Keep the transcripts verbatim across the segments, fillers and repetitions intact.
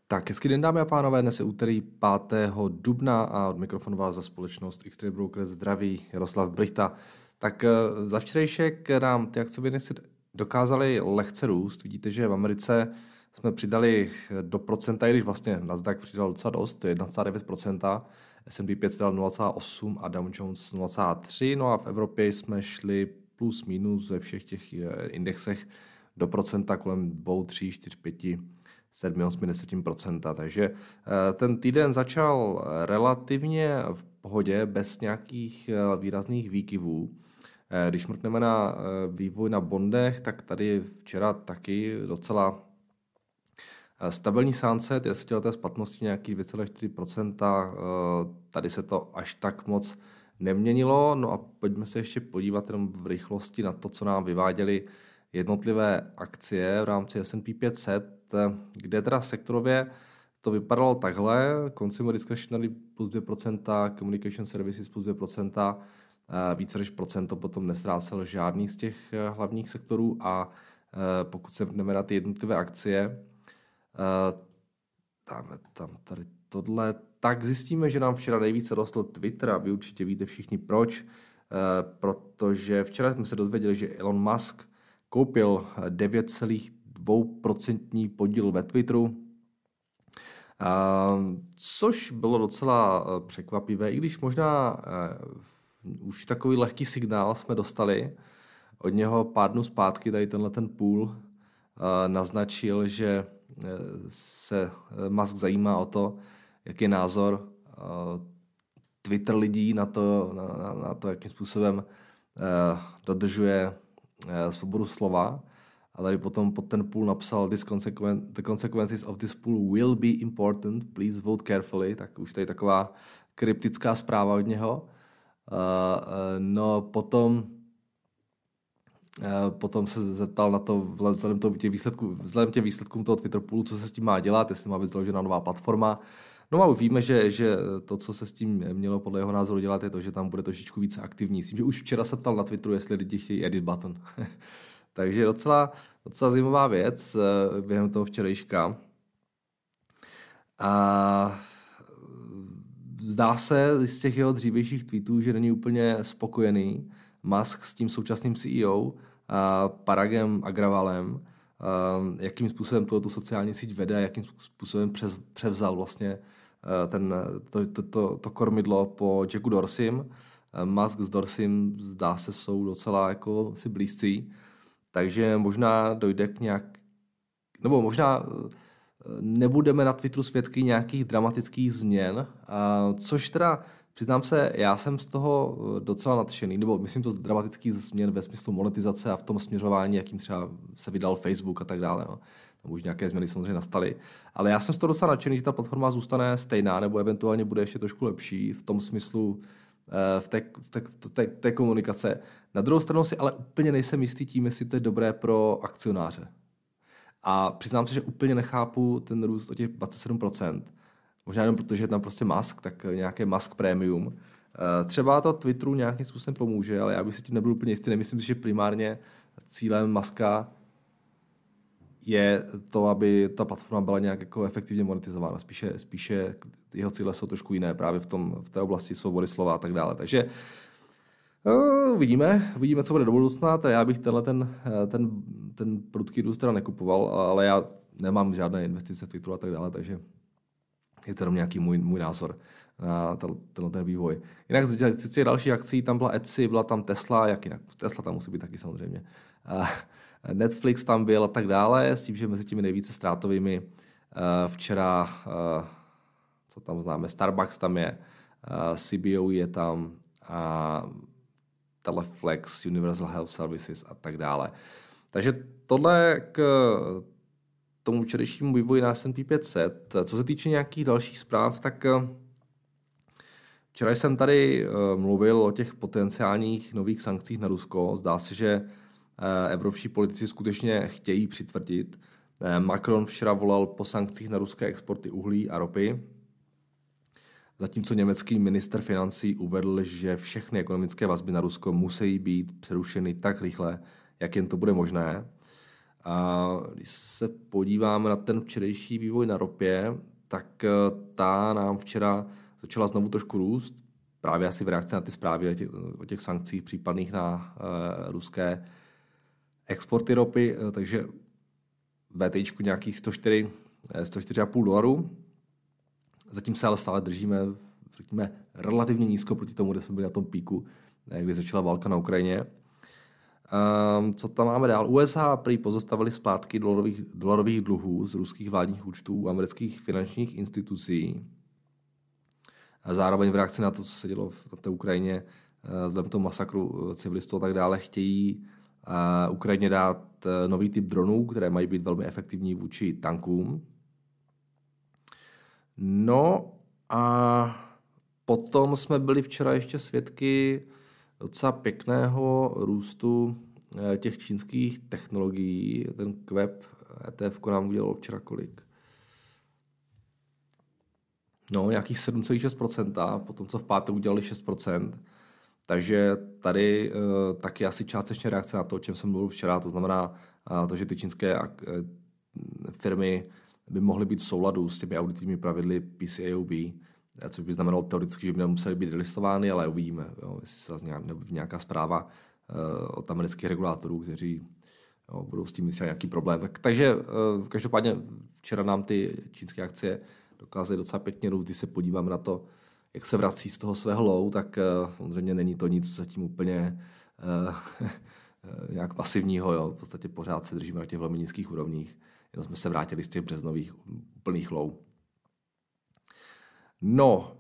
Tak, hezký den, dámy a pánové, dnes je úterý pátého dubna a od mikrofonu vás za společnost X-Trade Brokers zdraví Jaroslav Brychta. Tak za včerejšek nám ty akciově dokázaly lehce růst. Vidíte, že v Americe jsme přidali do procenta, i když vlastně Nasdaq přidal docela dost, to je jedna celá devět procenta, S and P pět dal nula celá osm a Dow Jones nula celá tři, no a v Evropě jsme šli plus minus ve všech těch indexech do procenta kolem dva, tři, čtyři, pět, sedm, osm, deset procenta. Takže ten týden začal relativně v pohodě, bez nějakých výrazných výkyvů. Když mrkneme na vývoj na bondech, tak tady včera taky docela stabilní sánce, desetileté splatnosti nějaký dvě celá čtyři procenta, tady se to až tak moc neměnilo. No a pojďme se ještě podívat jenom v rychlosti na to, co nám vyváděly jednotlivé akcie v rámci S and P pět set, kde teda sektorově to vypadalo takhle: Consumer Discretionary plus dvě procenta, Communication Services plus dvě procenta, více než procento potom nestrácel žádný z těch hlavních sektorů. A pokud se jdeme na ty jednotlivé akcie, dáme tam tady tohle, tak zjistíme, že nám včera nejvíce rostl Twitter a vy určitě víte všichni proč, protože včera jsme se dozvěděli, že Elon Musk koupil devět celá dva procenta podíl ve Twitteru, což bylo docela překvapivé, i když možná už takový lehký signál jsme dostali od něho pár dnů zpátky. Tady tenhle ten půl naznačil, že se Musk zajímá o to, jaký je názor Twitter lidí na to, na, na to jakým způsobem dodržuje svobodu slova. A tady potom pod ten půl napsal This consequen- the consequences of this pool will be important, please vote carefully. Tak už tady taková kryptická zpráva od něho. Uh, uh, no potom uh, potom se zeptal na to vzhledem těm výsledkům, vzhledem těm výsledkům toho Twitter poolu, co se s tím má dělat, jestli má být založena nová platforma. No a už víme, že, že to, co se s tím mělo podle jeho názoru dělat, je to, že tam bude trošičku více aktivní. Myslím, že už včera se ptal na Twitteru, jestli lidi chtějí edit button. Takže docela, docela zajímavá věc během toho včerejška. A zdá se z těch jeho dřívějších tweetů, že není úplně spokojený Musk s tím současným C E O Paragem Agrawalem, jakým způsobem tu sociální síť vede, jakým způsobem přes, převzal vlastně ten, to, to, to, to kormidlo po Jacku Dorseym. Musk s Dorseym zdá se jsou docela jako si blízcí, takže možná dojde k nějak, nebo možná nebudeme na Twitteru svědky nějakých dramatických změn, což teda, přiznám se, já jsem z toho docela nadšený, nebo myslím to dramatických změn ve smyslu monetizace a v tom směřování, jakým třeba se vydal Facebook a tak dále. No. Tam už nějaké změny samozřejmě nastaly. Ale já jsem z toho docela nadšený, že ta platforma zůstane stejná, nebo eventuálně bude ještě trošku lepší v tom smyslu v té, v té, v té, té komunikace. Na druhou stranu si ale úplně nejsem jistý tím, jestli to je dobré pro akcionáře. A přiznám se, že úplně nechápu ten růst o těch dvacet sedm procent. Možná jenom protože je tam prostě Musk, tak nějaké Musk Premium. Třeba to Twitteru nějakým způsobem pomůže, ale já bych si tím nebyl úplně jistý. Nemyslím si, že primárně cílem Muska je to, aby ta platforma byla nějak jako efektivně monetizována. Spíše, spíše jeho cíle jsou trošku jiné právě v, tom, v té oblasti svobody slova a tak dále. Takže no, uvidíme, uvidíme, co bude do budoucna. Já bych tenhle ten, ten, ten prudký růst teda nekupoval, ale já nemám žádné investice v Twitteru a tak dále, takže je to jenom nějaký můj, můj názor na tenhle ten vývoj. Jinak z těch dalších akcí tam byla Etsy, byla tam Tesla, jak jinak? Tesla tam musí být taky samozřejmě. Netflix tam byl a tak dále, s tím, že mezi těmi nejvíce ztrátovými včera, co tam známe, Starbucks tam je, C B O je tam, a Teleflex, Universal Health Services a tak dále. Takže tohle k tomu včerejšímu vývoji na S and P pět set. Co se týče nějakých dalších zpráv, tak včera jsem tady mluvil o těch potenciálních nových sankcích na Rusko. Zdá se, že evropští politici skutečně chtějí přitvrdit. Macron včera volal po sankcích na ruské exporty uhlí a ropy, zatímco německý ministr financí uvedl, že všechny ekonomické vazby na Rusko musí být přerušeny tak rychle, jak jen to bude možné. A když se podíváme na ten včerejší vývoj na ropě, tak ta nám včera začala znovu trošku růst, právě asi v reakci na ty zprávy o těch, o těch sankcích případných na uh, ruské exporty ropy, uh, takže V T čku nějakých sto čtyři, sto čtyři a půl dolarů. Zatím se ale stále držíme, řekněme, relativně nízko proti tomu, kde jsme byli na tom píku, kdy začala válka na Ukrajině. Um, co tam máme dál? U S A prý pozastavili splátky dolarových, dolarových dluhů z ruských vládních účtů amerických finančních institucí. A zároveň v reakci na to, co se dělo v té Ukrajině, vzhledem k tomu masakru civilistů a tak dále, chtějí uh, Ukrajině dát uh, nový typ dronů, které mají být velmi efektivní vůči tankům. No a potom jsme byli včera ještě svědky docela pěkného růstu těch čínských technologií. Ten Queb E T F nám udělal včera kolik? No, nějakých sedm celá šest procenta, potom co v pátek udělali šest procent. Takže tady uh, taky asi částečně reakce na to, o čem jsem mluvil včera, to znamená uh, to, že ty čínské uh, firmy by mohly být v souladu s těmi auditními pravidly P C A O B, což by znamenalo teoreticky, že by nemuseli být listovány, ale uvidíme, jo, jestli se zase nějaká zpráva uh, od amerických regulátorů, kteří jo, budou s tím mít třeba nějaký problém. Tak, takže uh, každopádně včera nám ty čínské akcie dokázaly docela pěkně růst. Když se podíváme na to, jak se vrací z toho svého low, tak uh, samozřejmě není to nic zatím úplně uh, nějak pasivního. Jo. V podstatě pořád se držíme na těch velmi nízkých úrovních. Jenom jsme se vrátili z těch březnových úplných low. No,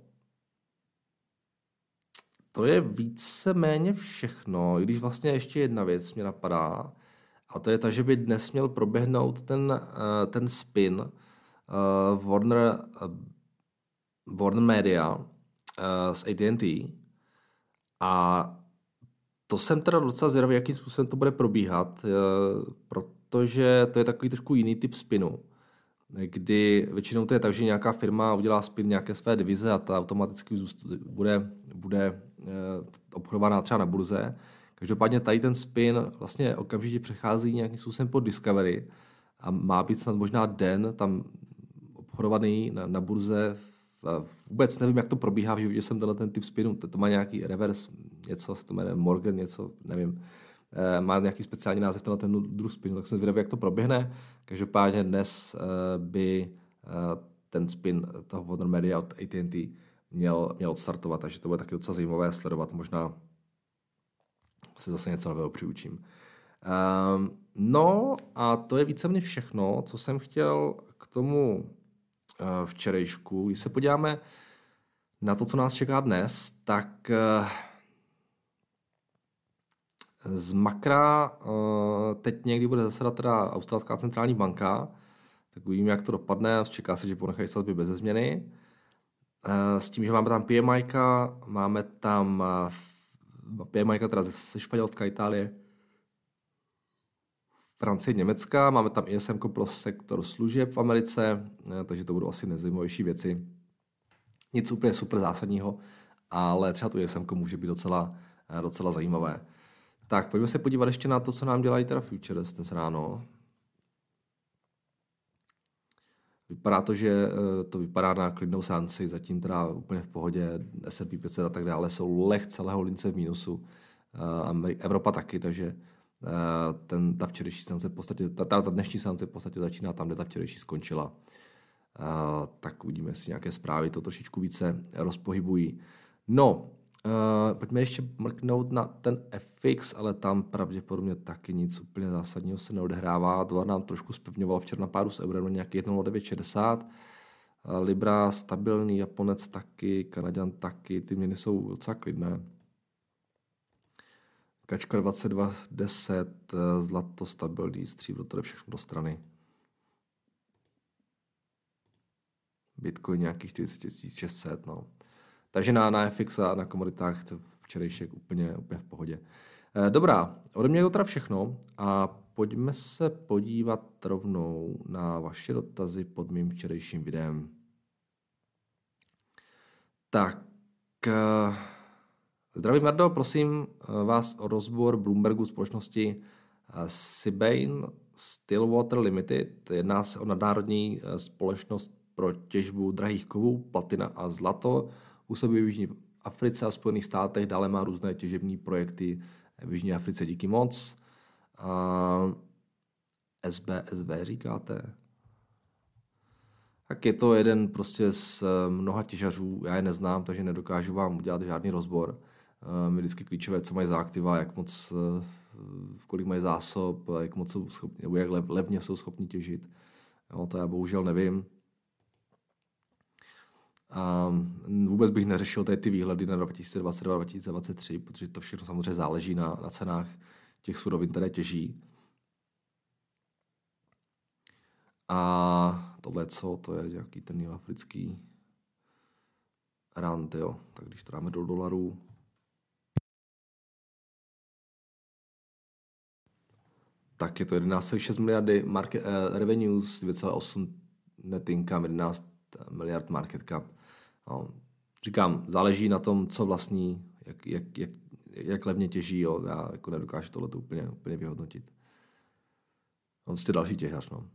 to je víceméně všechno, i když vlastně ještě jedna věc mě napadá, a to je ta, že by dnes měl proběhnout ten, ten spin uh, Warner, uh, Warner Media uh, s A T and T a to jsem teda docela zvědavý, jakým způsobem to bude probíhat, uh, protože to je takový trošku jiný typ spinu, kdy většinou to je tak, že nějaká firma udělá spin nějaké své divize a ta automaticky bude, bude obchodovaná třeba na burze. Každopádně tady ten spin vlastně okamžitě přechází nějakým způsobem pod Discovery a má být snad možná den tam obchodovaný na, na burze. Vůbec nevím, jak to probíhá, v životě jsem tenhle ten typ spinu, to, to má nějaký reverse, něco se to jmenuje Morgan, něco, nevím. Má nějaký speciální název na ten druh spinu, tak jsem zvědavý, jak to proběhne. Každopádně dnes by ten spin toho Warner Media od A T and T měl, měl odstartovat, takže to bude taky docela zajímavé sledovat. Možná se zase něco nového přiučím. No a to je víceméně všechno, co jsem chtěl k tomu včerejšku. Když se podíváme na to, co nás čeká dnes, tak z makra teď někdy bude zasedat teda Australská centrální banka, tak uvidíme, jak to dopadne. Čeká se, že ponechají sazby bez změny. S tím, že máme tam P M I, máme tam P M I teda ze Španělska, Itálie, Francie, Německa, máme tam I S M pro sektor služeb v Americe, takže to budou asi nejzajímavější věci. Nic úplně super zásadního, ale třeba to I S M může být docela, docela zajímavé. Tak, pojďme se podívat ještě na to, co nám dělají teda futures dnes ráno. Vypadá to, že to vypadá na klidnou seanci, zatím teda úplně v pohodě, S and P pět set a tak dále jsou lehce leholince v mínusu. Evropa taky, takže ten, ta včerejší seance v podstatě, ta, ta dnešní seance v podstatě začíná tam, kde ta včerejší skončila. Tak uvidíme, jestli nějaké zprávy to trošičku více rozpohybují. No, Uh, pojďme ještě mrknout na ten F X, ale tam pravděpodobně taky nic úplně zásadního se neodehrává. Dolar nám trošku zpevňoval včera na páru s eurem na nějaký jedna nula devět šedesát. Uh, Libra stabilní, Japonec taky, Kanaďan taky, ty měny jsou docela klidné. Kačka dvacet dva deset, zlato stabilní, stříbro, to jde všechno do strany. Bitcoin nějakých čtyřicet tisíc šest set, no. Takže na, na F X a na komoditách to včerejšek úplně, úplně v pohodě. Dobrá, ode mě je to teda všechno a pojďme se podívat rovnou na vaše dotazy pod mým včerejším videem. Tak, zdravím Mardo, prosím vás o rozbor Bloombergu společnosti Sibane Stillwater Limited, jedná se o nadnárodní společnost pro těžbu drahých kovů, platina a zlato. Působí v Jižní Africe a Spojených státech, dále má různé těžební projekty v Jižní Africe, díky moc. Uh, S B S V říkáte? Tak je to jeden prostě z mnoha těžařů, já je neznám, takže nedokážu vám udělat žádný rozbor. Mi vždycky klíčové, co mají za aktiva, jak moc, kolik mají zásob, jak moc jsou schopni, nebo jak levně jsou schopni těžit. Jo, to já bohužel nevím. A vůbec bych neřešil tady ty výhledy na dva tisíce dvacet dva dva tisíce dvacet tři, protože to všechno samozřejmě záleží na, na cenách těch surovin, které těží. A tohle co, to je nějaký ten jihoafrický rand, jo. Tak když to dáme do dolarů, tak je to jedenáct celá šest miliardy market, uh, revenues, dvě celá osm net income, jedenáct miliard market cap. No, říkám, záleží na tom, co vlastní, jak, jak, jak, jak levně těží, jo. Já jako nedokážu tohle úplně, úplně vyhodnotit. No, prostě další těžař, no.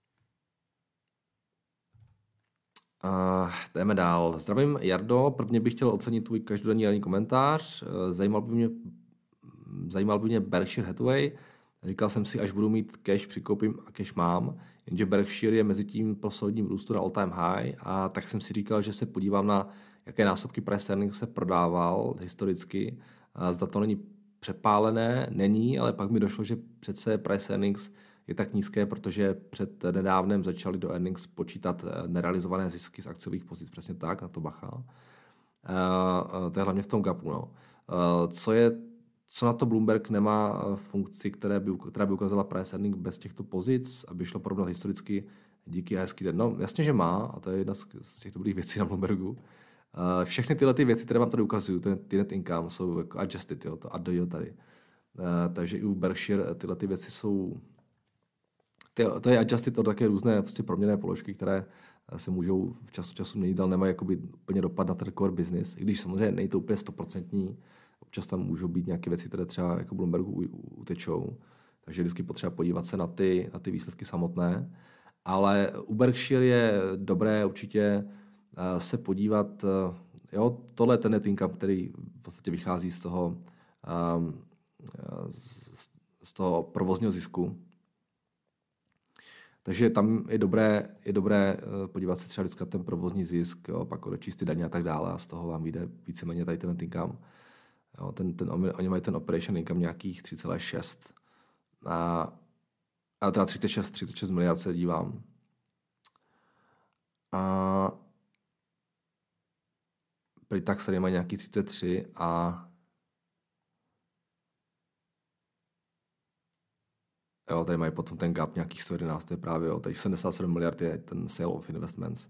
Uh, jdeme dál. Zdravím, Jardo. Prvně bych chtěl ocenit tvůj každodenní komentář. Uh, zajímal by mě, zajímal by mě Berkshire Hathaway. Říkal jsem si, až budu mít cash, přikoupím a cash mám. Jenže Berkshire je mezi tím po solidním růstu na all time high a tak jsem si říkal, že se podívám na jaké násobky price earnings se prodával historicky. Uh, zda to není přepálené, není, ale pak mi došlo, že přece price earnings je tak nízké, protože před nedávnem začali do earnings počítat nerealizované zisky z akciových pozic. Přesně tak, na to bacha. Uh, uh, to je hlavně v tom gapu. No. Uh, co, je, co na to Bloomberg nemá funkci, které by, která by ukázala price earning bez těchto pozic, aby šlo porovnat historicky díky a hezký den. No, jasně, že má, a to je jedna z, z těch dobrých věcí na Bloombergu. Uh, všechny tyhle ty věci, které vám tady ukazuju, ten, ty net income, jsou jako adjusted, jo, to adjo tady. Uh, takže i u Berkshire tyhle ty věci jsou... To je adjusted od také různé prostě proměnné položky, které se můžou v času času měnit, ale nemají jakoby úplně dopad na ten core business. I když samozřejmě není to úplně stoprocentní, občas tam můžou být nějaké věci, které třeba jako Bloombergu utečou. Takže vždycky potřeba podívat se na ty, na ty výsledky samotné. Ale u Berkshire je dobré určitě se podívat, jo, tohle je ten net income, který v podstatě vychází z toho, z toho provozního zisku. Takže tam je dobré, je dobré podívat se třeba vždycky na ten provozní zisk, jo, pak odečíst ty daně a tak dále a z toho vám vyjde víceméně tady ten income. Jo, ten, ten, oni mají ten operation income nějakých tři celá šest. A, a teda třicet šest, třicet šest miliard se dívám. A pre-tax tady mají nějaký třicet tři a jo, tady mají potom ten gap nějakých sto jedenáct, to je právě, jo, tady sedmdesát sedm miliard je ten sale of investments.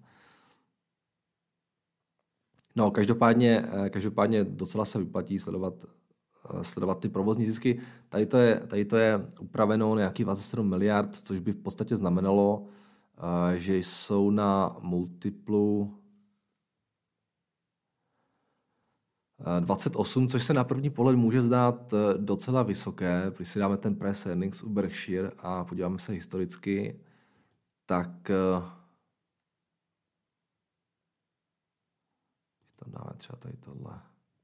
No, každopádně, každopádně docela se vyplatí sledovat, sledovat ty provozní zisky. Tady to je, tady to je upraveno na nějakých dvacet sedm miliard, což by v podstatě znamenalo, že jsou na multiplu dvacet osm, což se na první pohled může zdát docela vysoké. Když si dáme ten price earnings u Berkshire a podíváme se historicky, tak tam dáme třeba tady tohle.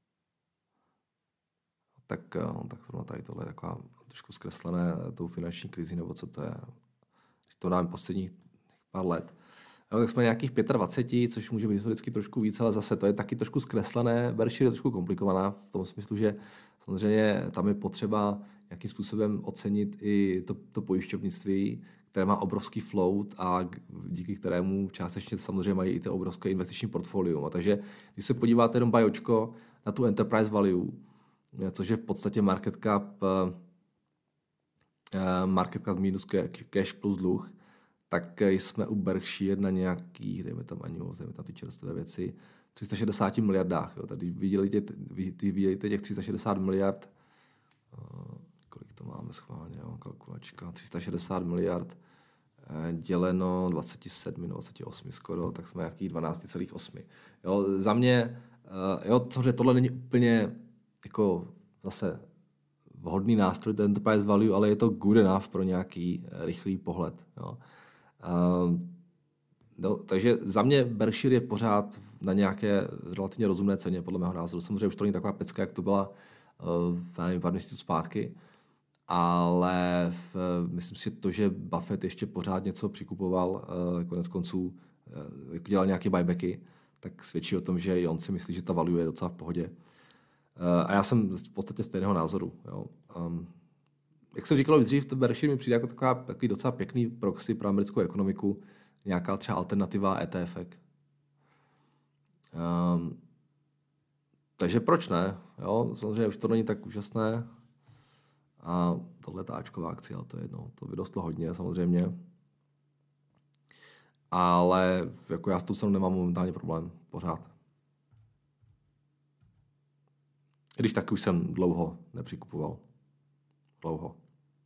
Tak, tak tady tohle je taková trošku zkreslené tou finanční krizi, nebo co to je. Když to dáme posledních pár let. No, tak jsme nějakých dvacet pět, což může být historicky trošku víc, ale zase to je taky trošku zkreslené. Berkshire je trošku komplikovaná v tom smyslu, že samozřejmě tam je potřeba nějakým způsobem ocenit i to, to pojišťovnictví, které má obrovský float a díky kterému částečně samozřejmě mají i to obrovské investiční portfolium. A takže když se podíváte jenom bajočko na tu enterprise value, což je v podstatě market cap, market cap minus cash plus dluh, tak jsme u Berkshire na nějakých, dejme tam annuals, dejme tam ty čerstvé věci, tři sta šedesát miliardách. Jo. Tady viděli vidíte těch tři sta šedesát miliard, uh, kolik to máme schválně, jo, kalkulačka, tři sta šedesát miliard eh, děleno dvacet sedm, dvacet osm skoro, tak jsme nějakých dvanáct celá osm. Jo, za mě, uh, jo, samozřejmě tohle není úplně jako zase vhodný nástroj, ten enterprise value, ale je to good enough pro nějaký rychlý pohled. Jo. Uh, no, takže za mě Berkshire je pořád na nějaké relativně rozumné ceně, podle mého názoru. Samozřejmě už to není taková pecka, jak to byla uh, nevím, pár měsíců zpátky, ale v, myslím si, že to, že Buffett ještě pořád něco přikupoval, uh, konec konců uh, dělal nějaké buybacky, tak svědčí o tom, že i on si myslí, že ta value je docela v pohodě. Uh, a já jsem v podstatě stejného názoru. Jo. Um, jak jsem říkal dřív, to Berkshire mi přijde jako taková, takový docela pěkný proxy pro americkou ekonomiku, nějaká třeba alternativa E T F. Um, takže proč ne? Jo, samozřejmě už to není tak úžasné. A tohle je ta áčková akcie, ale to je jedno. To vyrostlo hodně samozřejmě. Ale jako já s tou cenou nemám momentálně problém. Pořád. Když tak už jsem dlouho nepřikupoval. Dlouho.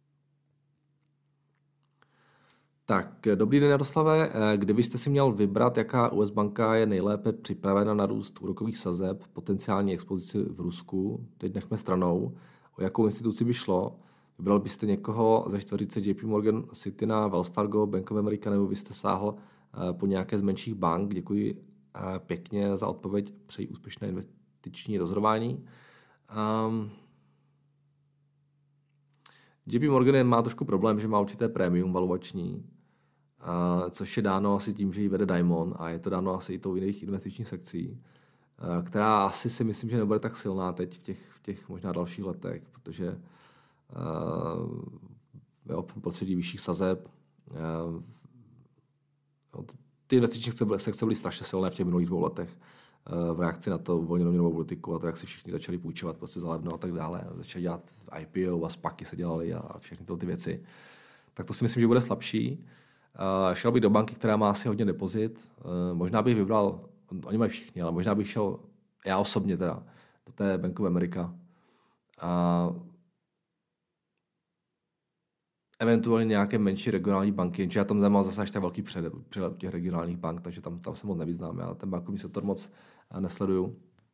Tak, dobrý den, Jaroslave. Kdybyste si měl vybrat, jaká U S banka je nejlépe připravena na růst úrokových sazeb, potenciální expozici v Rusku, teď nechme stranou, o jakou instituci by šlo? Vybral byste někoho ze čtveřice J P Morgan, Citina, Wells Fargo, Bank of America, nebo byste sáhl po nějaké z menších bank? Děkuji pěkně za odpověď, přeji úspěšné investiční rozhodování. Um, J P Morgan má trošku problém, že má určité prémium valuační, Uh, což je dáno asi tím, že ji vede Diamond a je to dáno asi i tou jiných investičních sekcí, uh, která asi si myslím, že nebude tak silná teď v těch, v těch možná dalších letech, protože uh, jo, v prostředí vyšších sazeb uh, ty investiční sekce byly strašně silné v těch minulých dvou letech uh, v reakci na to uvolněnou měnovou politiku a to, jak si všichni začali půjčovat prostě za levno a tak dále. Začali dělat I P O a SPACy se dělaly a všechny tyhle ty věci. Tak to si myslím, že bude slabší. Uh, šel bych do banky, která má asi hodně depozit. Uh, možná bych vybral, oni mají všichni, ale možná bych šel, já osobně teda, do té Bank of America. Uh, eventuálně nějaké menší regionální banky, jenže já tam nemám zase až tak velký přehled těch regionálních bank, takže tam, tam se moc nevyznám. Já ten bankovní sektor moc nesleduju.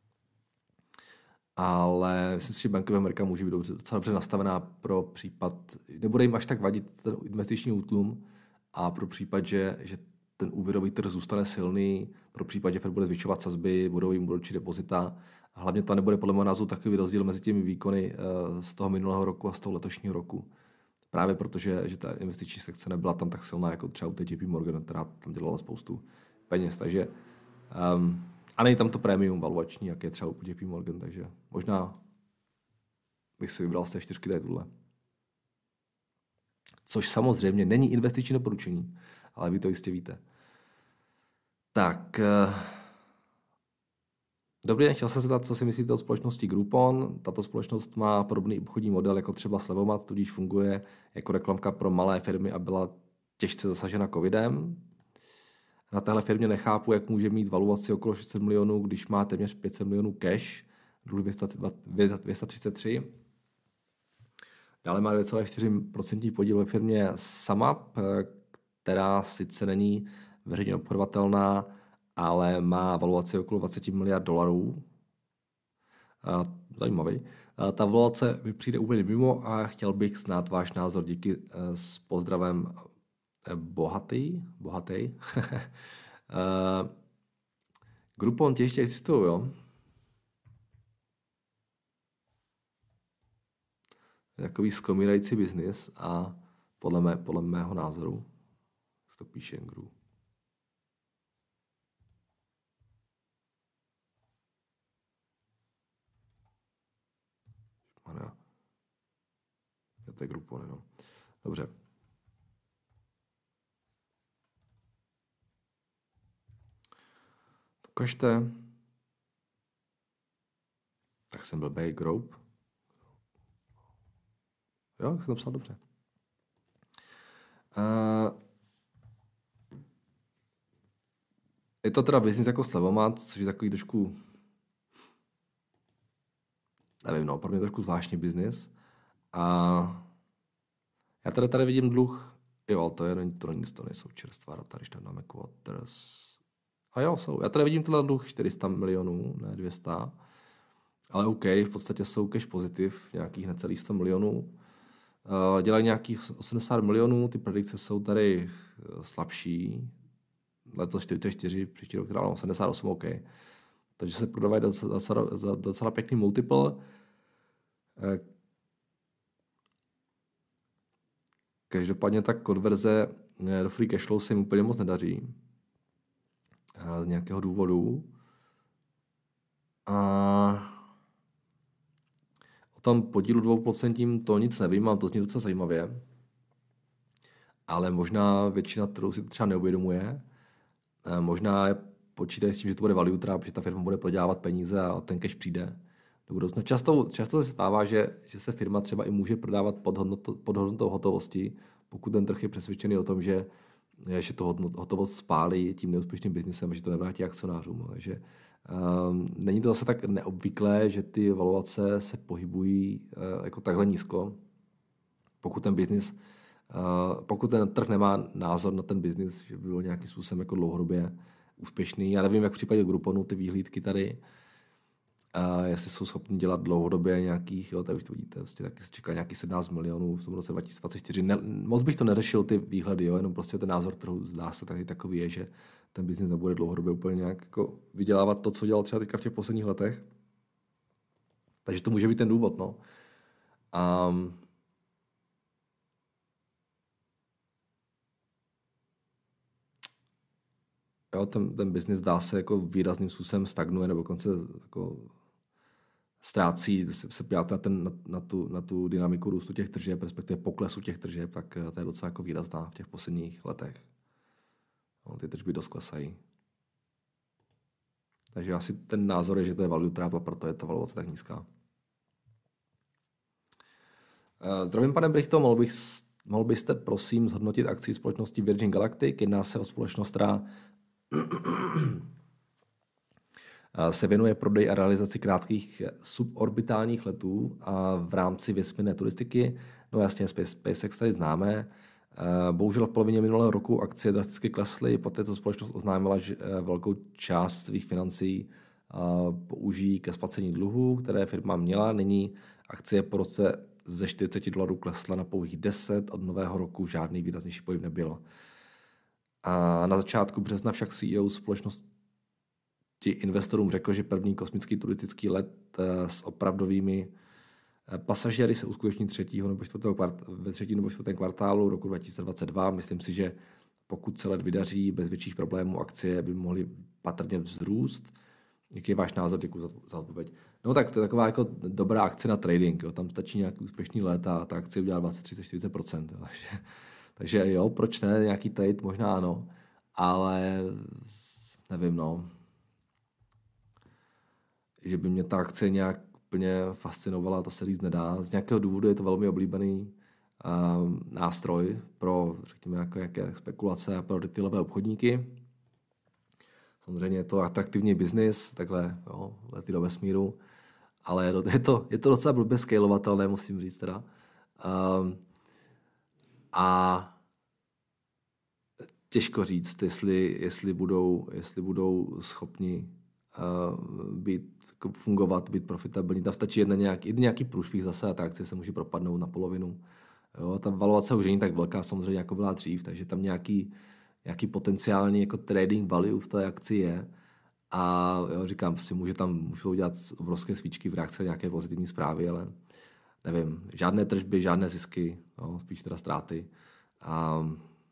Ale myslím si, že Bank of America může být dobře, docela dobře nastavená pro případ, nebude jim až tak vadit ten investiční útlum, a pro případ, že, že ten úvěrový trh zůstane silný, pro případ, že Fed bude zvyšovat sazby, budou jim budoucí depozita. A hlavně to nebude podle mého názoru takový rozdíl mezi těmi výkony z toho minulého roku a z toho letošního roku. Právě protože že ta investiční sekce nebyla tam tak silná, jako třeba u té J P Morgan, která tam dělala spoustu peněz. Takže, um, a není tam to prémium valuační, jak je třeba u J P Morgan, takže možná bych si vybral z té čtyřky tady tuhle. Což samozřejmě není investiční doporučení, ale vy to jistě víte. Tak, dobrý den, chtěl jsem se zeptat, co si myslíte o společnosti Groupon. Tato společnost má podobný obchodní model jako třeba Slevomat, tudíž funguje jako reklamka pro malé firmy a byla těžce zasažena covidem. Na téhle firmě nechápu, jak může mít valuaci okolo šest set milionů, když má téměř pět set milionů cash, dluh dvě stě třicet tři. Dále má dvě celé čtyři procenta podíl ve firmě SumUp, která sice není veřejně obchodovatelná, ale má valuaci okolo dvacet miliard dolarů. Zajímavý. Ta valuace mi přijde úplně mimo a chtěl bych znát váš názor. Díky, s pozdravem Bohatý. Bohatý. Groupon tě ještě existují, jo? Takový skomírající biznis a podle, mé, podle mého názoru se to píše Gru. Je to je Groupon, no. Dobře. Ukažte. Tak jsem byl Bay Group. Jo, jsem to psal dobře. Uh, je to teda business jako Slevomat, což je takový trošku, nevím, no, pro mě trošku zvláštní business. A já tady tady vidím dluh, jo, to je, to nic, to nejsou čerstvá data, když tam dáme quarters. A jo, jsou. Já tady vidím tenhle dluh čtyři sta milionů, ne dvě stě. ale OK, v podstatě jsou cash pozitiv, nějakých necelých sto milionů. Uh, dělají nějakých osmdesát milionů, ty predikce jsou tady slabší. Letos čtyřicet čtyři, příští rok teda osmdesát osm, OK. Takže se prodávají docela, za docela pěkný multiple. Každopádně ta konverze do free cashflow se jim úplně moc nedaří. Z nějakého důvodu. A o tom podílu dvě procenta to nic nevím, mám to zní docela zajímavě. Ale možná většina trhu si to třeba neuvědomuje. Možná počítají s tím, že to bude value trap, že ta firma bude prodělávat peníze a ten cash přijde do budoucna. Často, často se stává, že, že se firma třeba i může prodávat pod, hodnotou, pod hodnotou hotovosti, pokud ten trh je přesvědčený o tom, že, že to hotovost spálí tím neúspěšným biznisem, že to nevrátí akcionářům. Takže um, není to zase tak neobvyklé, že ty valuace se pohybují uh, jako takhle nízko. Pokud ten biznis, uh, pokud ten trh nemá názor na ten biznis, že by byl nějakým způsobem jako dlouhodobě úspěšný. Já nevím, jak v případě Grouponu ty výhlídky tady, a jestli jsou schopni dělat dlouhodobě nějakých, jo, tady už to vidíte, prostě taky se čeká nějakých sedmnáct milionů v tom roce dva tisíce dvacet čtyři. Ne, moc bych to neřešil ty výhledy, jo, jenom prostě ten názor trhu zdá se taky takový je, že ten biznis nebude dlouhodobě úplně nějak jako vydělávat to, co dělal třeba teďka v těch posledních letech. Takže to může být ten důvod, no. Um, Jo, ten, ten biznis dá se jako výrazným způsobem stagnuje nebo dokonce jako ztrácí, se, se ptáte na, ten, na, na, tu, na tu dynamiku růstu těch tržeb, respektive poklesu těch tržeb, tak to je docela jako výrazná v těch posledních letech. No, ty tržby dost klesají. Takže asi ten názor je, že to je value trap a proto je ta valuace tak nízká. Zdravím, pane Brichto, mohl, bych, mohl byste prosím zhodnotit akci společnosti Virgin Galactic? Jedná se o společnost, která se věnuje prodej a realizaci krátkých suborbitálních letů a v rámci vesmírné turistiky. No jasně, SpaceX tady známe. Bohužel v polovině minulého roku akcie drasticky klesly, poté co společnost oznámila, že velkou část svých financí použijí ke splacení dluhů, které firma měla. Nyní akcie po roce ze čtyřicet dolarů klesla na pouhých deset, od nového roku žádný výraznější pohyb nebylo. A na začátku března však C E O společnosti investorům řekl, že první kosmický turistický let s opravdovými pasažéry se uskuteční třetího nebo čtvrtého kvart, ve třetím nebo čtvrtém kvartálu roku dva tisíce dvacet dva. Myslím si, že pokud se let vydaří bez větších problémů, akcie by mohly patrně vzrůst. Jaký je váš názor? Děkuji za, za odpověď. No tak to je taková jako dobrá akce na trading. Jo. Tam stačí nějaký úspěšný let a ta akcie udělá dvacet, třicet, čtyřicet procent. Jo. Takže, takže jo, proč ne? Nějaký trade možná ano, ale nevím, no. Že by mě ta akce nějak úplně fascinovala, to se říct nedá. Z nějakého důvodu je to velmi oblíbený um, nástroj pro, řekněme, jako jaké spekulace a pro retailové obchodníky. Samozřejmě je to atraktivní biznis, takhle jo, lety do vesmíru, ale je to, je to docela blbě scalovatelné, musím říct teda. Um, a těžko říct, jestli, jestli, budou, jestli budou schopni uh, být, fungovat, být profitabilní. Tam stačí jeden nějaký, jeden nějaký průšvih zase a ta akcie se může propadnout na polovinu. Jo, ta valuace už není tak velká, samozřejmě jako byla dřív, takže tam nějaký jaký potenciální jako trading value v té akci je. A jo, říkám, si může tam můžou udělat obrovské svíčky v reakci na nějaké pozitivní zprávy, ale nevím, žádné tržby, žádné zisky, jo, spíš teda ztráty. A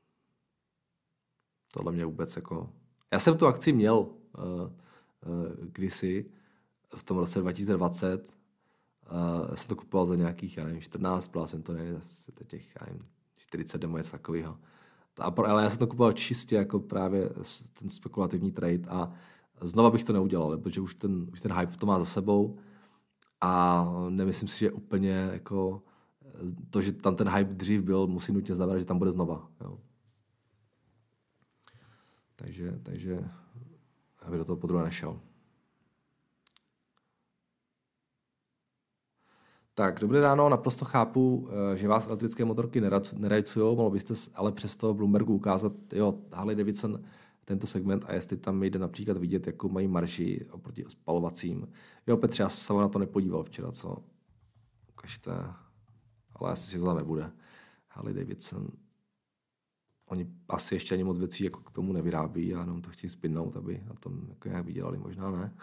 tohle mě vůbec jako... Já jsem tu akci měl uh, uh, kdysi, v tom roce dva tisíce dvacet. Uh, já jsem to kupoval za nějakých, já nevím, čtrnáct, byla jsem to nevím, těch, já nevím, čtyřicet nebo něco takového. Ale já jsem to kupoval čistě jako právě ten spekulativní trade a znova bych to neudělal, protože už ten, už ten hype to má za sebou a nemyslím si, že úplně jako to, že tam ten hype dřív byl, musí nutně znamenat, že tam bude znova. Jo. Takže, takže aby do toho podruhé nešel. Tak, dobré ráno, naprosto chápu, že vás elektrické motorky nerajcují, mohl byste ale přesto v Bloombergu ukázat, jo, Harley Davidson tento segment a jestli tam jde například vidět, jakou mají marži oproti spalovacím. Jo, Petře, já jsem se na to nepodíval včera, co? Ukažte. Ale asi si to nebude. Harley Davidson. Oni asi ještě ani moc věcí jako k tomu nevyrábí a jenom to chtějí spinnout, aby na tom jako nějak vydělali. Možná ne.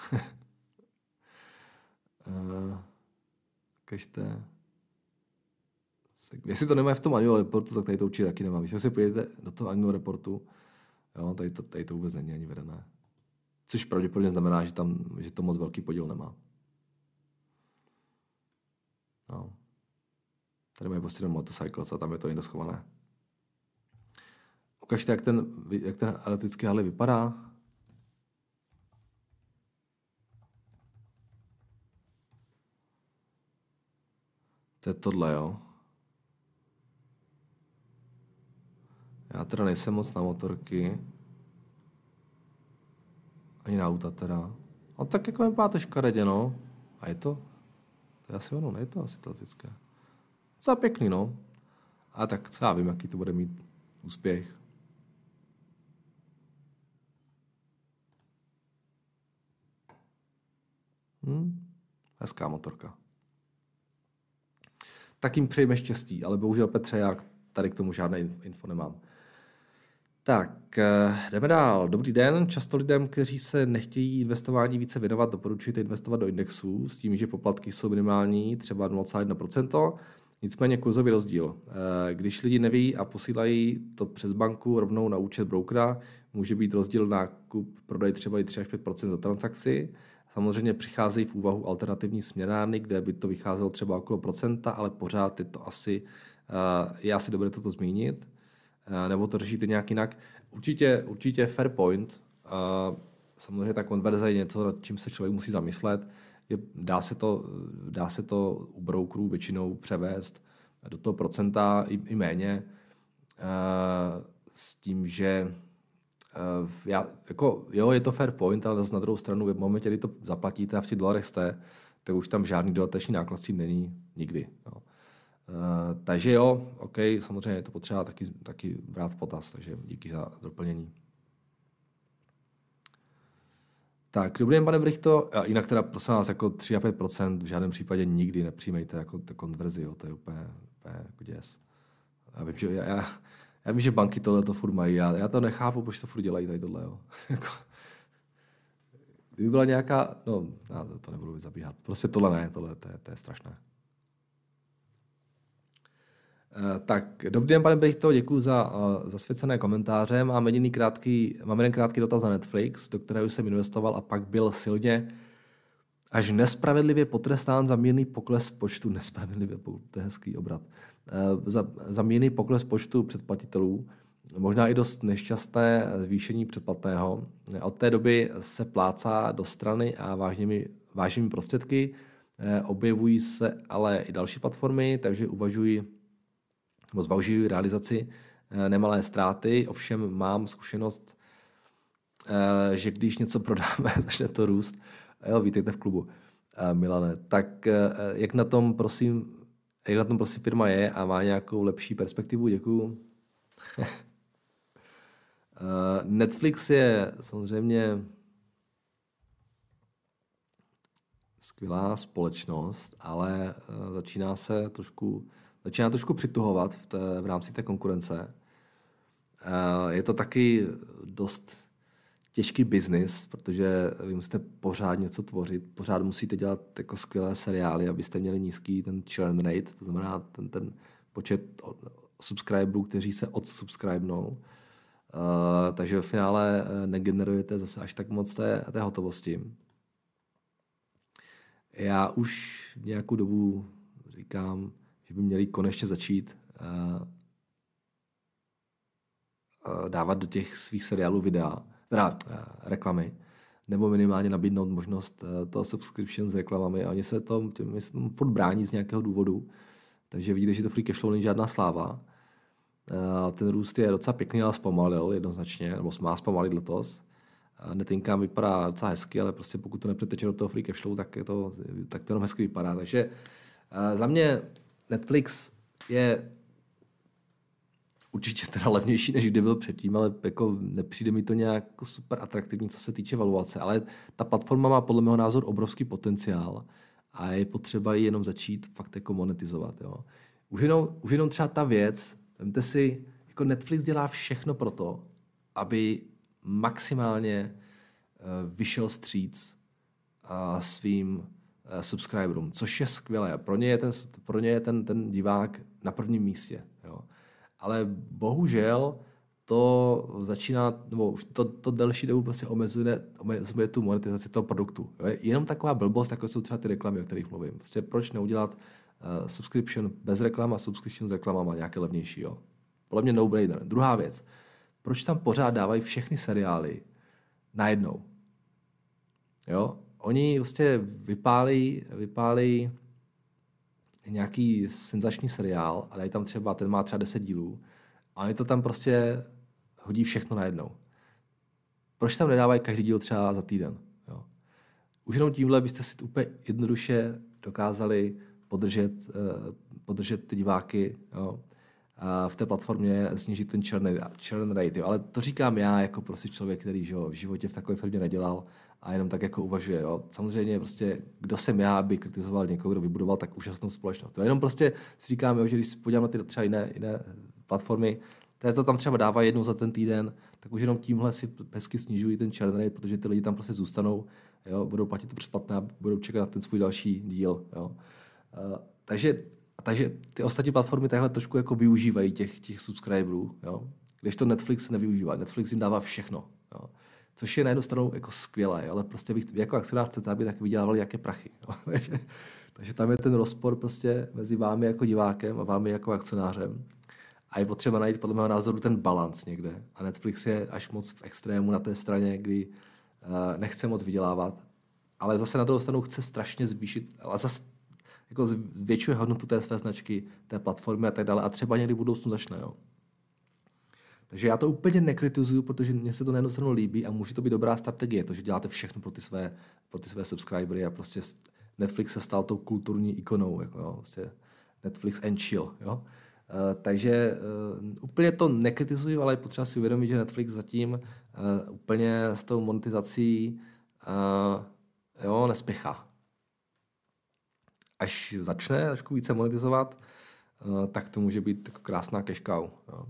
uh, ukažte. Jestli to nemají v tom annual reportu, tak tady to určitě taky nemám. Když si půjdete do toho annual reportu, jo, tady, to, tady to vůbec není ani vedené. Což pravděpodobně znamená, že, tam, že to moc velký podíl nemá. No. Tady mají prostě jenom motorcycles a tam je to někde schované. Ukažte, jak ten, jak ten elektrický Harley vypadá. To je tohle, jo. Já teda nejsem moc na motorky. Ani na auta teda. A tak jako vypadá to škaredě, no. A je to? To je asi ono, ne je to asi atletické. Za pěkný, no. A tak co já vím, jaký to bude mít úspěch. Hm. Hezká motorka. Tak jim přejeme štěstí, ale bohužel, Petře, já tady k tomu žádné info nemám. Tak, jdeme dál. Dobrý den. Často lidem, kteří se nechtějí investování více věnovat, doporučujete investovat do indexů s tím, že poplatky jsou minimální, třeba nula celá jedna procenta. Nicméně kurzový rozdíl. Když lidi neví a posílají to přes banku rovnou na účet brokera, může být rozdíl nákup, prodej třeba i tři až pět procent za transakci. Samozřejmě přicházejí v úvahu alternativní směnárny, kde by to vycházelo třeba okolo procenta, ale pořád je to asi, je asi dobré toto zmínit. Nebo to řešíte nějak jinak. Určitě, určitě fair point. Samozřejmě ta konverze je něco, nad čím se člověk musí zamyslet. Je, dá, se to, dá se to u brokerů většinou převést do toho procenta i, i méně. S tím, že já, jako, jo, je to fair point, ale zase na druhou stranu v momentě, kdy to zaplatíte a v těch dolarech jste, tak už tam žádný dodatečný náklad s tím není nikdy. Jo. Uh, takže jo, OK, samozřejmě je to potřeba taky, taky brát v potaz, takže díky za doplnění. Tak, dobrý den, pane Brichto. A jinak teda prosím vás, jako tři a pět procent v žádném případě nikdy nepřijmejte jako to konverzi, jo, to je úplně, úplně jako děs. Já vím, že, já, já, já vím, že banky tohle to furt mají, já, já to nechápu, proč to furt dělají tady tohle, jo. Kdyby byla nějaká, no, já to nebudu zabíhat, prostě tohle ne, tohle to je, to je strašné. Tak, dobrý den, pane Brichto, děkuji za uh, zasvěcené komentáře. Mám jediný krátký, mám jeden krátký dotaz na Netflix, do kterého jsem investoval a pak byl silně až nespravedlivě potrestán za mírný pokles počtu, nespravedlivě, to je hezký obrat, uh, za, za mírný pokles počtu předplatitelů, možná i dost nešťastné zvýšení předplatného. Od té doby se plácá do strany a vážnými, vážnými prostředky, uh, objevují se ale i další platformy, takže uvažuji nebo zvažuji realizaci nemalé ztráty, ovšem mám zkušenost, že když něco prodáme, začne to růst. Jo, vítejte v klubu, Milane. Tak jak na tom, prosím, jak na tom prosím firma je a má nějakou lepší perspektivu? Děkuju. Netflix je samozřejmě skvělá společnost, ale začíná se trošku Začíná trošku přituhovat v, té, v rámci té konkurence. Je to taky dost těžký biznis, protože vy musíte pořád něco tvořit, pořád musíte dělat jako skvělé seriály, abyste měli nízký ten churn rate, to znamená ten, ten počet subscriberů, kteří se odsubscribenou. Takže v finále negenerujete zase až tak moc té, té hotovosti. Já už nějakou dobu říkám, že by měli konečně začít uh, uh, dávat do těch svých seriálů videa, teda uh, reklamy, nebo minimálně nabídnout možnost uh, toho subscription s reklamami. A oni se to, těm, se tomu furt brání z nějakého důvodu, takže vidíte, že to free cashflow není žádná sláva. Uh, ten růst je docela pěkný, ale zpomalil jednoznačně, nebo má zpomalit letos. Uh, Netinkám vypadá docela hezky, ale prostě pokud to nepřeteče do toho free cashflow, tak, je to, tak to jenom hezky vypadá. Takže uh, za mě Netflix je určitě teda levnější, než kdy byl předtím, ale jako nepřijde mi to nějak jako super atraktivní, co se týče valuace. Ale ta platforma má podle mého názoru obrovský potenciál a je potřeba ji jenom začít fakt jako monetizovat. Jo. Už, jenom, už jenom třeba ta věc, vemte si, jako Netflix dělá všechno pro to, aby maximálně uh, vyšel vstříc uh, svým uh, subscriberům, což je skvělé. Pro ně je ten, pro ně je ten, ten divák na prvním místě. Jo. Ale bohužel to začíná, nebo to, to delší dobu prostě omezuje, omezuje tu monetizaci toho produktu. Jo. Jenom taková blbost, jako jsou třeba ty reklamy, o kterých mluvím. Prostě proč neudělat uh, subscription bez reklam a subscription s reklamama nějaké levnější. Jo. Podle mě no-brainer. Druhá věc. Proč tam pořád dávají všechny seriály najednou? Jo? Oni vlastně vypálí, vypálí nějaký senzační seriál a dají tam třeba, ten má třeba deset dílů a oni to tam prostě hodí všechno najednou. Proč tam nedávají každý díl třeba za týden? Jo? Už jenom tímhle byste si úplně jednoduše dokázali podržet, uh, podržet ty diváky, jo? A v té platformě snížit ten churn, churn rate. Jo. Ale to říkám já jako prostě člověk, který že jo, v životě v takové firmě nedělal a jenom tak jako uvažuje. Jo. Samozřejmě prostě, kdo jsem já, aby kritizoval někoho, kdo vybudoval tak úžasnou společnost. Jo. Jenom prostě si říkám, jo, že když se podívám na ty třeba jiné, jiné platformy, které to tam třeba dává jednou za ten týden, tak už jenom tímhle si hezky snižují ten churn rate, protože ty lidi tam prostě zůstanou, jo, budou platit to předplatné a budou čekat na ten svůj další díl. Jo. Uh, takže Takže ty ostatní platformy takhle trošku jako využívají těch, těch subscriberů, jo? Když to Netflix nevyužívá. Netflix jim dává všechno. Jo? Což je na jednu stranu jako skvělé, ale prostě bych, jako akcionář chcete, aby taky vydělávali jaké prachy. Jo? takže, takže tam je ten rozpor prostě mezi vámi jako divákem a vámi jako akcionářem. A je potřeba najít podle mého názoru ten balans někde. A Netflix je až moc v extrému na té straně, kdy uh, nechce moc vydělávat, ale zase na druhou stranu chce strašně zvýšit, ale zase jako zvětšuje hodnotu té své značky, té platformy a tak dále. A třeba někdy v budoucnu začne. Jo. Takže já to úplně nekritizuju, protože mně se to na jednu stranu líbí a může to být dobrá strategie, to, že děláte všechno pro ty své, pro ty své subscribery a prostě Netflix se stal tou kulturní ikonou. Jako, jo, prostě Netflix and chill. Jo. Uh, takže uh, úplně to nekritizuju, ale je potřeba si uvědomit, že Netflix zatím uh, úplně s tou monetizací uh, jo, nespěchá. Až začne trošku více monetizovat, tak to může být jako krásná cash cow. Jo.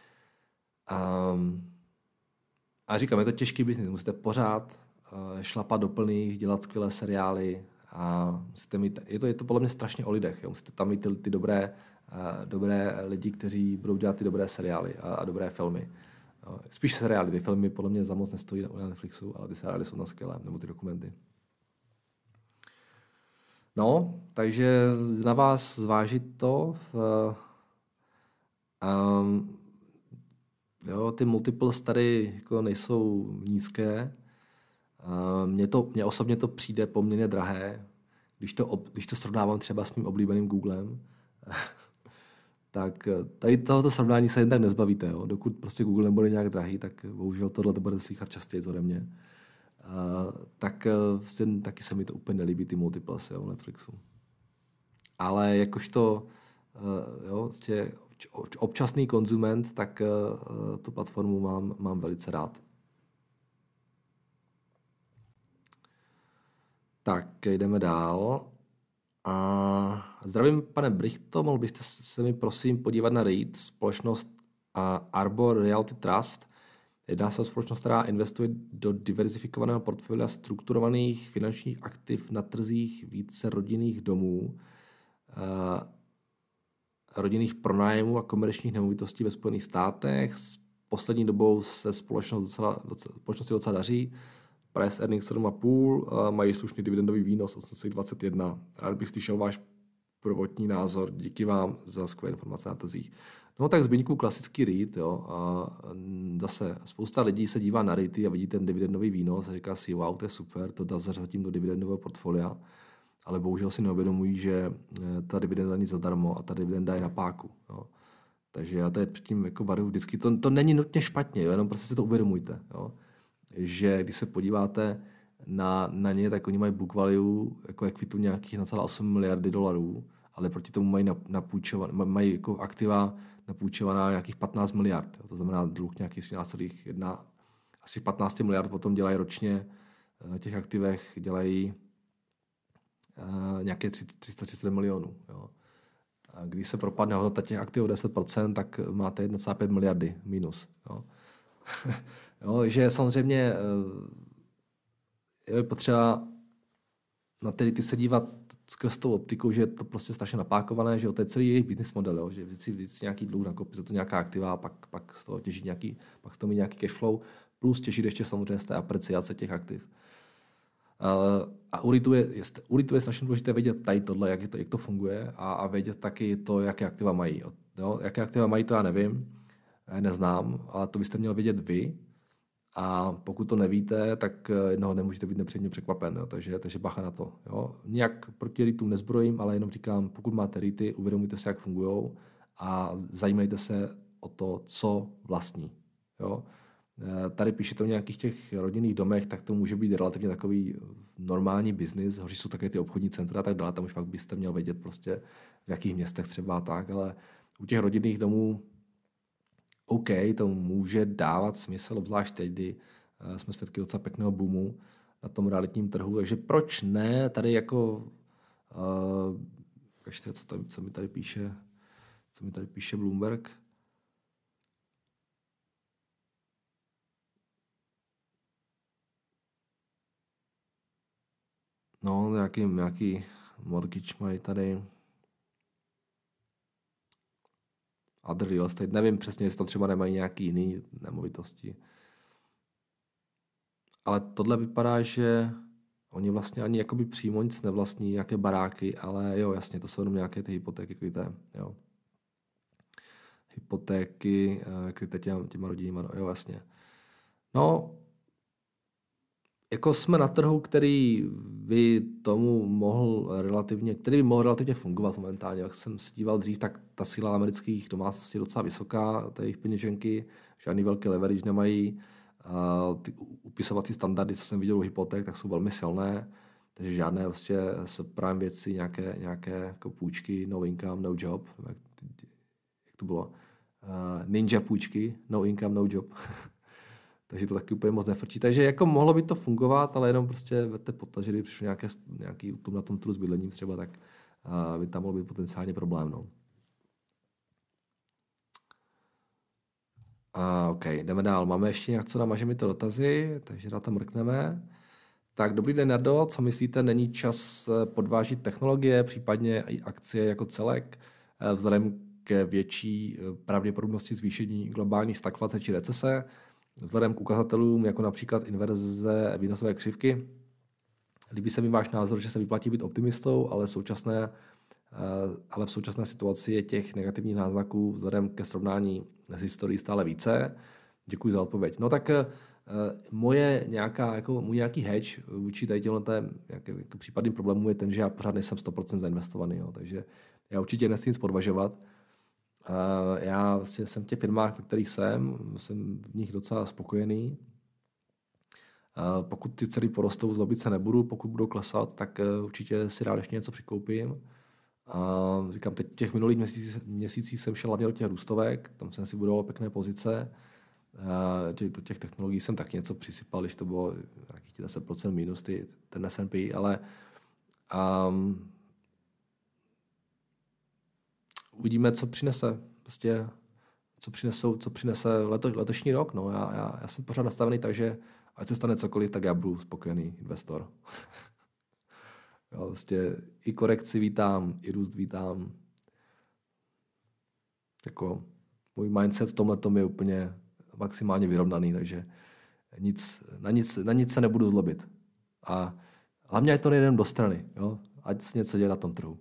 Um, a říkám, je to těžký biznis. Musíte pořád uh, šlapat do plných, dělat skvělé seriály a musíte mít, je to, je to podle mě strašně o lidech. Jo. Musíte tam mít ty, ty dobré, uh, dobré lidi, kteří budou dělat ty dobré seriály a, a dobré filmy. Jo. Spíš seriály, ty filmy podle mě za moc nestojí na, na Netflixu, ale ty seriály jsou na skvělé, nebo ty dokumenty. No, takže na vás zvážit to. V, um, jo, ty multiples tady jako nejsou nízké. Um, mně, to, mně osobně to přijde poměrně drahé. Když to, ob, když to srovnávám třeba s mým oblíbeným Googlem, tak tady tohoto srovnání se jen tak nezbavíte. Jo. Dokud prostě Google nebude nějak drahý, tak bohužel tohle to bude slychat častěji ode mě. Uh, tak uh, vlastně, taky se mi to úplně nelíbí, ty multiples jo, Netflixu. Ale jakožto uh, jo, vlastně občasný konzument, tak uh, tu platformu mám, mám velice rád. Tak jdeme dál. A zdravím, pane Brichto, mohl byste se mi prosím podívat na REIT, společnost uh, Arbor Realty Trust. Jedná se o společnost, která investuje do diverzifikovaného portfolia strukturovaných finančních aktiv na trzích více rodinných domů, rodinných pronájmů a komerčních nemovitostí ve Spojených státech. S poslední dobou se společnost docela, docela, společnosti docela daří. Price earnings sedm celá pět, mají slušný dividendový výnos osm celá dvacet jedna. Rád bych slyšel váš prvotní názor. Díky vám za skvělé informace na trzích. No tak zbyňku klasický REIT, jo, a zase spousta lidí se dívá na REITy a vidí ten dividendový výnos a říká si, wow, to je super, to dá zařadit do dividendového portfolia, ale bohužel si neuvědomují, že ta dividenda není zadarmo a ta dividenda je na páku. Jo. Takže já tady předtím jako varuju vždycky, to, to není nutně špatně, jo, jenom prostě si to uvědomujte, jo, že když se podíváte na, na ně, tak oni mají book value jako ekvitu nějakých jedna celá osm miliardy dolarů ale proti tomu mají napůjčované, mají jako aktiva napůjčovaná nějakých patnáct miliard. Jo. To znamená dluh nějakých třináct celá jedna, asi patnáct miliard potom dělají ročně na těch aktivech, dělají uh, nějaké tři sta třicet milionů. Jo. A když se propadne hodnota těch aktiv o deset procent, tak máte jedna celá pět miliardy minus. Jo. Jo, že samozřejmě je potřeba na ty, ty se dívat skrz tou optikou, že je to prostě strašně napákované, že jo, to je celý jejich business model, jo, že vždycky, vždycky nějaký dluh nakoupit za to nějaká aktiva a pak, pak z toho těžit nějaký, pak z toho mít nějaký cash flow, plus těžit ještě samozřejmě z té apreciace těch aktiv. Uh, a u REITu je, u REITu je strašně důležité vědět tady tohle, jak, je to, jak to funguje a, a vědět taky to, jaké aktiva mají. Jo, jaké aktiva mají, to já nevím, já neznám, ale to byste měl vědět vy. A pokud to nevíte, tak jednoho nemůžete být nepříjemně překvapen. Jo. Takže, takže bacha na to. Jo. Nijak proti REITům nezbrojím, ale jenom říkám, pokud máte REITy, uvědomujte si, jak fungují a zajímejte se o to, co vlastní. Jo. Tady píšete o nějakých těch rodinných domech, tak to může být relativně takový normální biznis. Hoří jsou také ty obchodní centra a tak dále. Tam už pak byste měl vědět prostě, v jakých městech třeba tak, ale u těch rodinných domů OK, to může dávat smysl, obzvlášť teď, kdy uh, jsme svědky docela pěkného boomu na tom realitním trhu, takže proč ne tady jako uh, ještě, co, tady, co mi tady píše co mi tady píše Bloomberg. No, nějaký, nějaký mortgage mají tady. Other real estate, nevím přesně, jestli to třeba nemají nějaký jiný nemovitosti. Ale tohle vypadá, že oni vlastně ani jakoby přímo nic nevlastní, nějaké baráky, ale jo, jasně, to jsou jenom nějaké ty hypotéky kryté, jo. Hypotéky kryté těma, těma rodinama, jo, jasně. No, jako jsme na trhu, který by tomu mohl relativně, který by mohl relativně fungovat momentálně. Jak jsem se díval dřív, tak ta síla amerických domácností je docela vysoká, ty jejich peněženky, žádný velký leverage nemají. A ty upisovací standardy, co jsem viděl u hypoték, tak jsou velmi silné, takže žádné vlastně subprime věci, nějaké, nějaké jako půjčky, no income, no job, jak, jak to bylo? Uh, ninja půjčky, no income, no job. Takže to taky úplně moc nefrčí. Takže jako mohlo by to fungovat, ale jenom prostě vete potaz, že kdyby přišel nějaké, nějaký útlum na tom trhu s bydlením třeba, tak uh, by tam mohl být potenciálně problém. No. Uh, OK, jdeme dál. Máme ještě něco, namažeme to dotazy, takže na to mrkneme. Tak dobrý den, Nardo. Co myslíte, není čas podvážit technologie, případně i akcie jako celek, vzhledem k větší pravděpodobnosti zvýšení globální stagflace či recese, vzhledem k ukazatelům, jako například inverze výnosové křivky? Líbí se mi váš názor, že se vyplatí být optimistou, ale, současné, ale v současné situaci je těch negativních náznaků vzhledem ke srovnání s historií stále více. Děkuji za odpověď. No tak moje nějaká, jako můj nějaký hedge vůči tady těmhle jako případným problémům je ten, že já pořád nejsem sto procent zainvestovaný. Jo. Takže já určitě nechci nic podvažovat. Já vlastně jsem v těch firmách, ve kterých jsem, jsem v nich docela spokojený. Pokud ty ceny porostou, zlobit se nebudu, pokud budou klesat, tak určitě si rád ještě něco přikoupím. A říkám, teď těch minulých měsících, měsících jsem šel hlavně do těch růstovek, tam jsem si budoval pěkné pozice. Do těch technologií jsem taky něco přisypal, když to bylo nějakých deset procent minus ty, ten S and P, ale um, uvidíme, co přinese. Prostě, co, přinesou, co přinese leto, letošní rok. No, já, já, já jsem pořád nastavený tak, že ať se stane cokoliv, tak já budu spokojený investor. Jo, prostě i korekci vítám, i růst vítám. Jako, můj mindset v tomhletom je úplně maximálně vyrovnaný, takže nic, na, nic, na nic se nebudu zlobit. A hlavně ať to nejde do strany, jo? Ať se něco děje na tom trhu.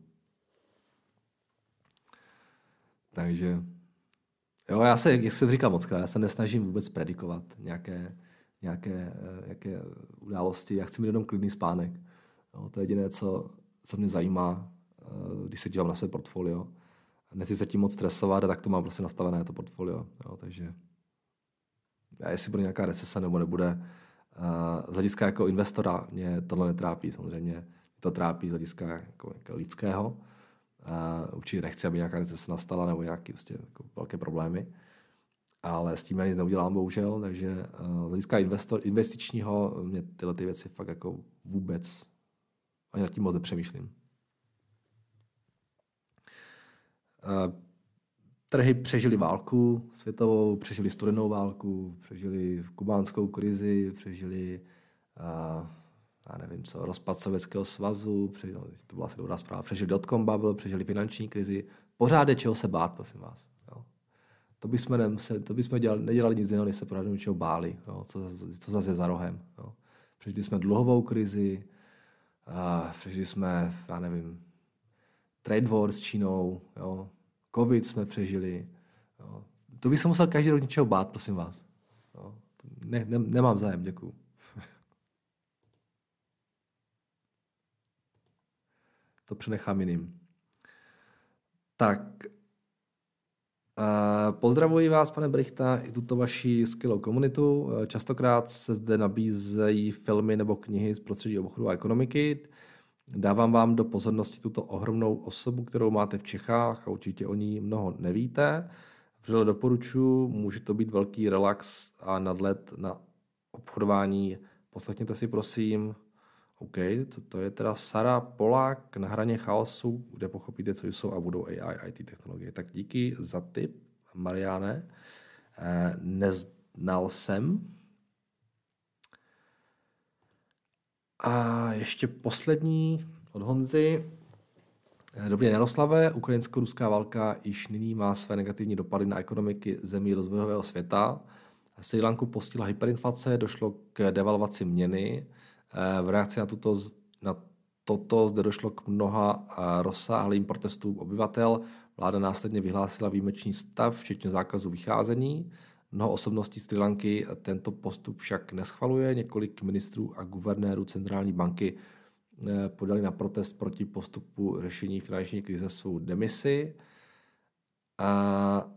Takže, jo, já se, jak jsem říkal mockrát, já se nesnažím vůbec predikovat nějaké, nějaké, nějaké události, já chci mít jenom klidný spánek. Jo, to je jediné, co, co mě zajímá, když se dívám na své portfolio. Nechci se tím moc stresovat, a tak to mám prostě nastavené, to portfolio. Jo, takže a jestli bude nějaká recese nebo nebude, z hlediska jako investora mě tohle netrápí, samozřejmě mě to trápí z hlediska jako, jako lidského. A určitě nechci, aby nějaká recese nastala nebo nějaké prostě jako velké problémy. Ale s tím já nic neudělám, bohužel, takže z hlediska investor, investičního mě tyhle ty věci fakt jako vůbec ani nad tím moc nepřemýšlím. Trhy přežili válku světovou, přežili studenou válku, přežili kubánskou krizi, přežili uh, já nevím co, rozpad Sovětského svazu, přežili, to byla asi dobrá zpráva, přežili dotcom bubble, přežili finanční krizi. Pořád je čeho se bát, prosím vás. Jo. To bychom, nemuseli, to bychom dělali, nedělali nic jiného, než se pořád čeho báli, jo. Co, co zase je za rohem. Jo. Přežili jsme dluhovou krizi, uh, přežili jsme, já nevím, trade war s Čínou, jo. Covid jsme přežili. Jo. To bych se musel každý rok něčeho bát, prosím vás. Jo. Ne, ne, nemám zájem, děkuju. To přenechám jiným. Tak, uh, pozdravuji vás, pane Brichta, i tuto vaši skvělou komunitu. Častokrát se zde nabízejí filmy nebo knihy z prostředí obchodu a ekonomiky. Dávám vám do pozornosti tuto ohromnou osobu, kterou máte v Čechách a určitě o ní mnoho nevíte. Vřele doporučuji, může to být velký relax a nadhled na obchodování. Poslechněte si prosím. OK, co to je teda Sara Polák na hraně chaosu, kde pochopíte, co jsou a budou A I a I T technologie. Tak díky za tip, Mariáne. Eh, neznal jsem. A ještě poslední od Honzy. Dobrý den, Jaroslave. Ukrajinsko-ruská válka již nyní má své negativní dopady na ekonomiky zemí rozvojového světa. Srí Lanku postihla hyperinflace, došlo k devalvaci měny. V reakci na, tuto, na toto zde došlo k mnoha rozsáhlým protestům obyvatel. Vláda následně vyhlásila výjimečný stav, včetně zákazu vycházení. Mnoho osobností Srí Lanky tento postup však neschvaluje. Několik ministrů a guvernérů centrální banky podali na protest proti postupu řešení finanční krize svou demisi. A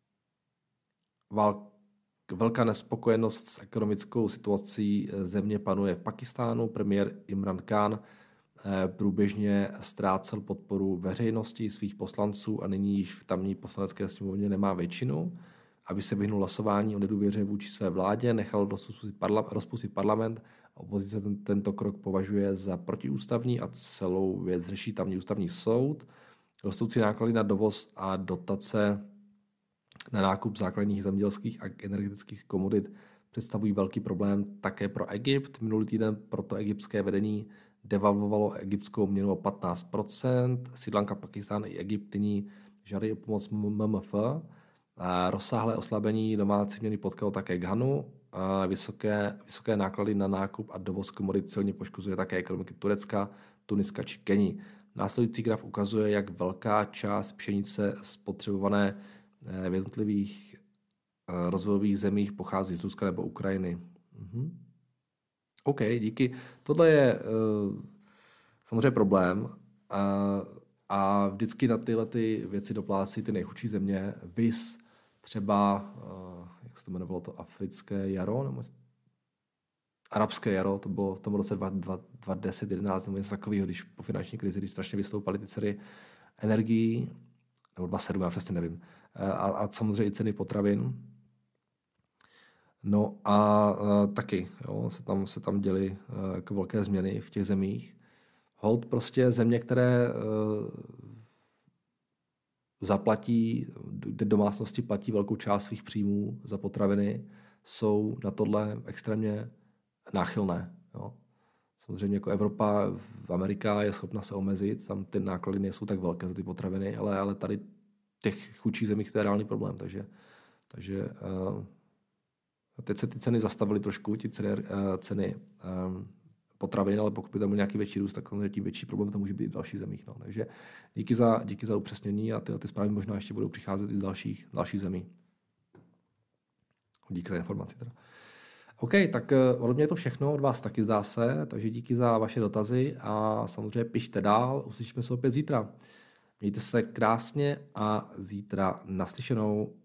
velká nespokojenost s ekonomickou situací země panuje v Pakistánu. Premiér Imran Khan průběžně ztrácel podporu veřejnosti svých poslanců a nyní již v tamní poslanecké sněmovně nemá většinu. Aby se vyhnul hlasování o nedůvěře vůči své vládě, nechal rozpustit, parla- rozpustit parlament. Opozice ten, tento krok považuje za protiústavní a celou věc řeší tamní ústavní soud. Rostoucí náklady na dovoz a dotace na nákup základních zemědělských a energetických komodit představují velký problém také pro Egypt. Minulý týden proto egyptské vedení devalvovalo egyptskou měnu o patnáct procent. Srí Lanka, Pakistán i Egypt nyní žádají o pomoc M M F. A rozsáhlé oslabení domácí měny potkalo také Ghanu. A vysoké, vysoké náklady na nákup a dovoz komodit silně poškozuje také ekonomiky Turecka, Tuniska či Keni. Následující graf ukazuje, jak velká část pšenice spotřebované v jednotlivých rozvojových zemích pochází z Ruska nebo Ukrajiny. Mhm. OK, díky. Tohle je uh, samozřejmě problém. Uh, A vždycky na tyhle ty věci doplácí ty nejchudší země. Vys třeba, jak se to jmenovalo, to africké jaro, nebo arabské jaro, to bylo v tom roce dva tisíce deset jedenáct, nebo něco takového, když po finanční krizi, když strašně vystoupaly ty ceny energií, nebo dva tisíce sedm, já přesně nevím. A, a samozřejmě i ceny potravin. No a, a taky jo, se, tam, se tam děly jako velké změny v těch zemích. Hold prostě země, které uh, zaplatí, kde domácnosti platí velkou část svých příjmů za potraviny, jsou na tohle extrémně náchylné. Jo. Samozřejmě jako Evropa, Amerika je schopna se omezit, tam ty náklady nejsou tak velké za ty potraviny, ale, ale tady těch chudších zemích to je reálný problém. Takže, takže uh, teď se ty ceny zastavily trošku, ty ceny, uh, ceny um, potravin, ale pokud by tam byl nějaký větší růst, tak samozřejmě tím větší problém to může být v dalších zemích. No. Takže díky za, díky za upřesnění a ty, ty zprávy možná ještě budou přicházet i z dalších, dalších zemí. Díky za informaci. Teda. OK, tak od mě je to všechno, od vás taky zdá se, takže díky za vaše dotazy a samozřejmě pište dál, uslyšíme se opět zítra. Mějte se krásně a zítra naslyšenou.